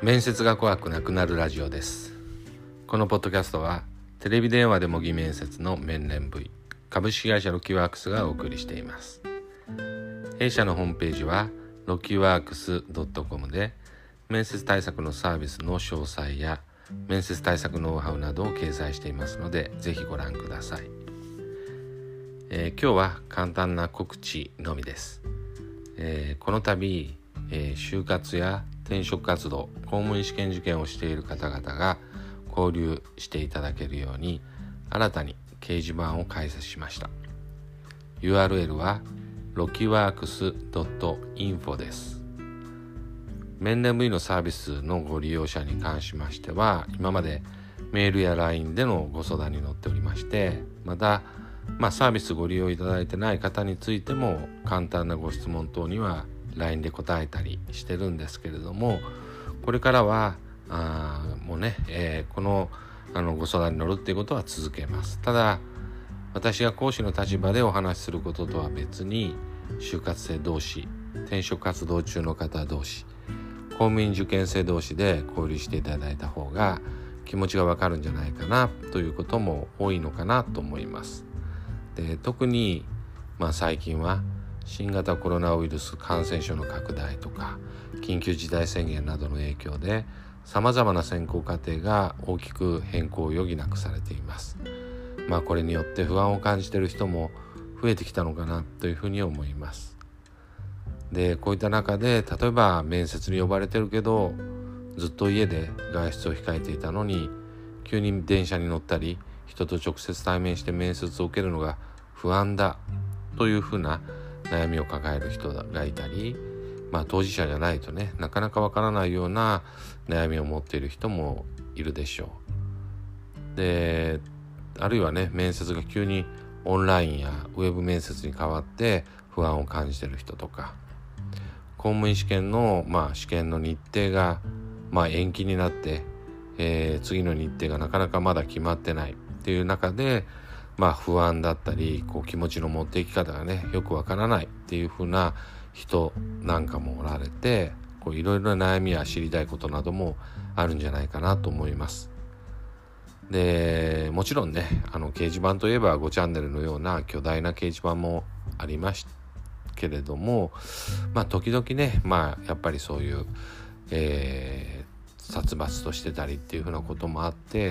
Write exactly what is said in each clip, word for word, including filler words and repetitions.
面接が怖くなくなるラジオです。このポッドキャストはテレビ電話で模擬面接の面連 V 株式会社ロキワークスがお送りしています。弊社のホームページはロキワークス ドットコム で面接対策のサービスの詳細や面接対策ノウハウなどを掲載していますので、ぜひご覧ください。えー、今日は簡単な告知のみです。えー、この度、えー、就活や転職活動、公務員試験受験をしている方々が交流していただけるように新たに掲示板を開設しました。 ユーアールエル は ロキワークス ドットインフォ です。面連 V のサービスのご利用者に関しましては、今までメールや ライン でのご相談に乗っておりまして、また、まあ、サービスご利用いただいてない方についても簡単なご質問等には ライン で答えたりしてるんですけれども、これからはあもうね、えー、このあのご相談に乗るっていうことは続けます。ただ私が講師の立場でお話しすることとは別に、就活生同士、転職活動中の方同士、公務員受験生同士で交流していただいた方が気持ちがわかるんじゃないかなということも多いのかなと思います。で特に、まあ、最近は新型コロナウイルス感染症の拡大とか緊急事態宣言などの影響でさまざまな選考過程が大きく変更を余儀なくされています。まあこれによって不安を感じている人も増えてきたのかなというふうに思います。でこういった中で、例えば面接に呼ばれてるけどずっと家で外出を控えていたのに、急に電車に乗ったり人と直接対面して面接を受けるのが不安だというふうな悩みを抱える人がいたり、まあ当事者じゃないとね、なかなかわからないような悩みを持っている人もいるでしょう。であるいはね、面接が急にオンラインやウェブ面接に変わって不安を感じている人とか、公務員試験の、まあ、試験の日程が、まあ、延期になって、えー、次の日程がなかなかまだ決まってないっていう中で、まあ、不安だったり、こう気持ちの持っていき方がねよくわからないっていう風な人なんかもおられて、こういろいろな悩みや知りたいことなどもあるんじゃないかなと思います。でもちろんね、あの掲示板といえばごチャンネルのような巨大な掲示板もありましたけれども、まあ時々ね、まあやっぱりそういう、えー、殺伐としてたりっていうふうなこともあって、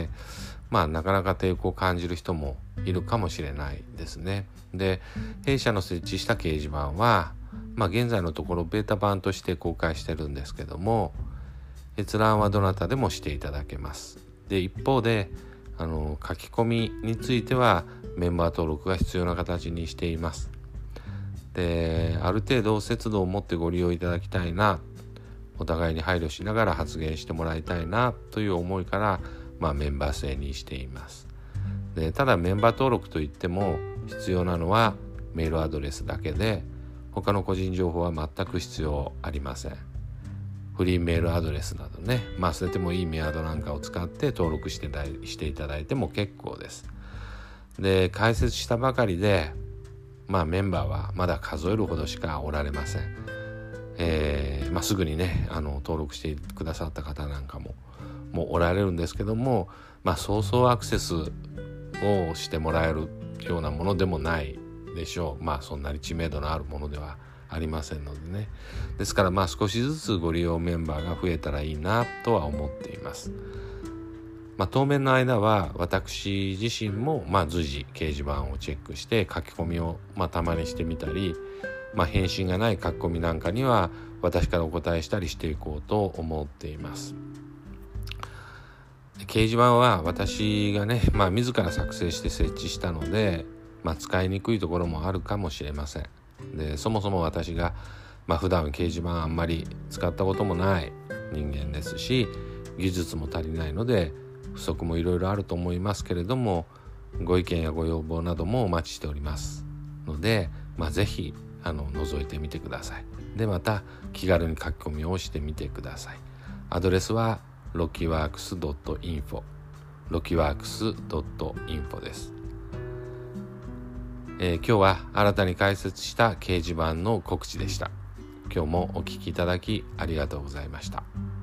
まあなかなか抵抗を感じる人もいるかもしれないですね。で弊社の設置した掲示板は、まあ現在のところベータ版として公開してるんですけども、閲覧はどなたでもしていただけます。で一方であの書き込みについてはメンバー登録が必要な形にしています。である程度節度を持ってご利用いただきたいな、お互いに配慮しながら発言してもらいたいなという思いから、まあ、メンバー制にしています。でただメンバー登録といっても必要なのはメールアドレスだけで、他の個人情報は全く必要ありません。フリーメールアドレスなどね、まあ捨ててもいいメアドなんかを使って登録してだいしていただいても結構です。で開設したばかりで、まあメンバーはまだ数えるほどしかおられません。えーまあ、すぐにねあの登録してくださった方なんかももうおられるんですけども、まあそうそうアクセスをしてもらえるようなものでもないでしょう。まあそんなに知名度のあるものではありませんのでね。ですからまあ少しずつご利用メンバーが増えたらいいなとは思っています。まあ、当面の間は私自身もまあ随時掲示板をチェックして書き込みをまあたまにしてみたり、まあ、返信がない書き込みなんかには私からお答えしたりしていこうと思っています。掲示板は私がね、まあ、自ら作成して設置したので、まあ、使いにくいところもあるかもしれません。でそもそも私が、まあ、普段掲示板あんまり使ったこともない人間ですし、技術も足りないので不足もいろいろあると思いますけれども、ご意見やご要望などもお待ちしておりますので、まあ、ぜひあの覗いてみてください。でまた気軽に書き込みをしてみてください。アドレスは ロキワークス ドットインフォ ロキワークス ドットインフォ です。えー、今日は新たに開設した掲示板の告知でした。今日もお聞きいただきありがとうございました。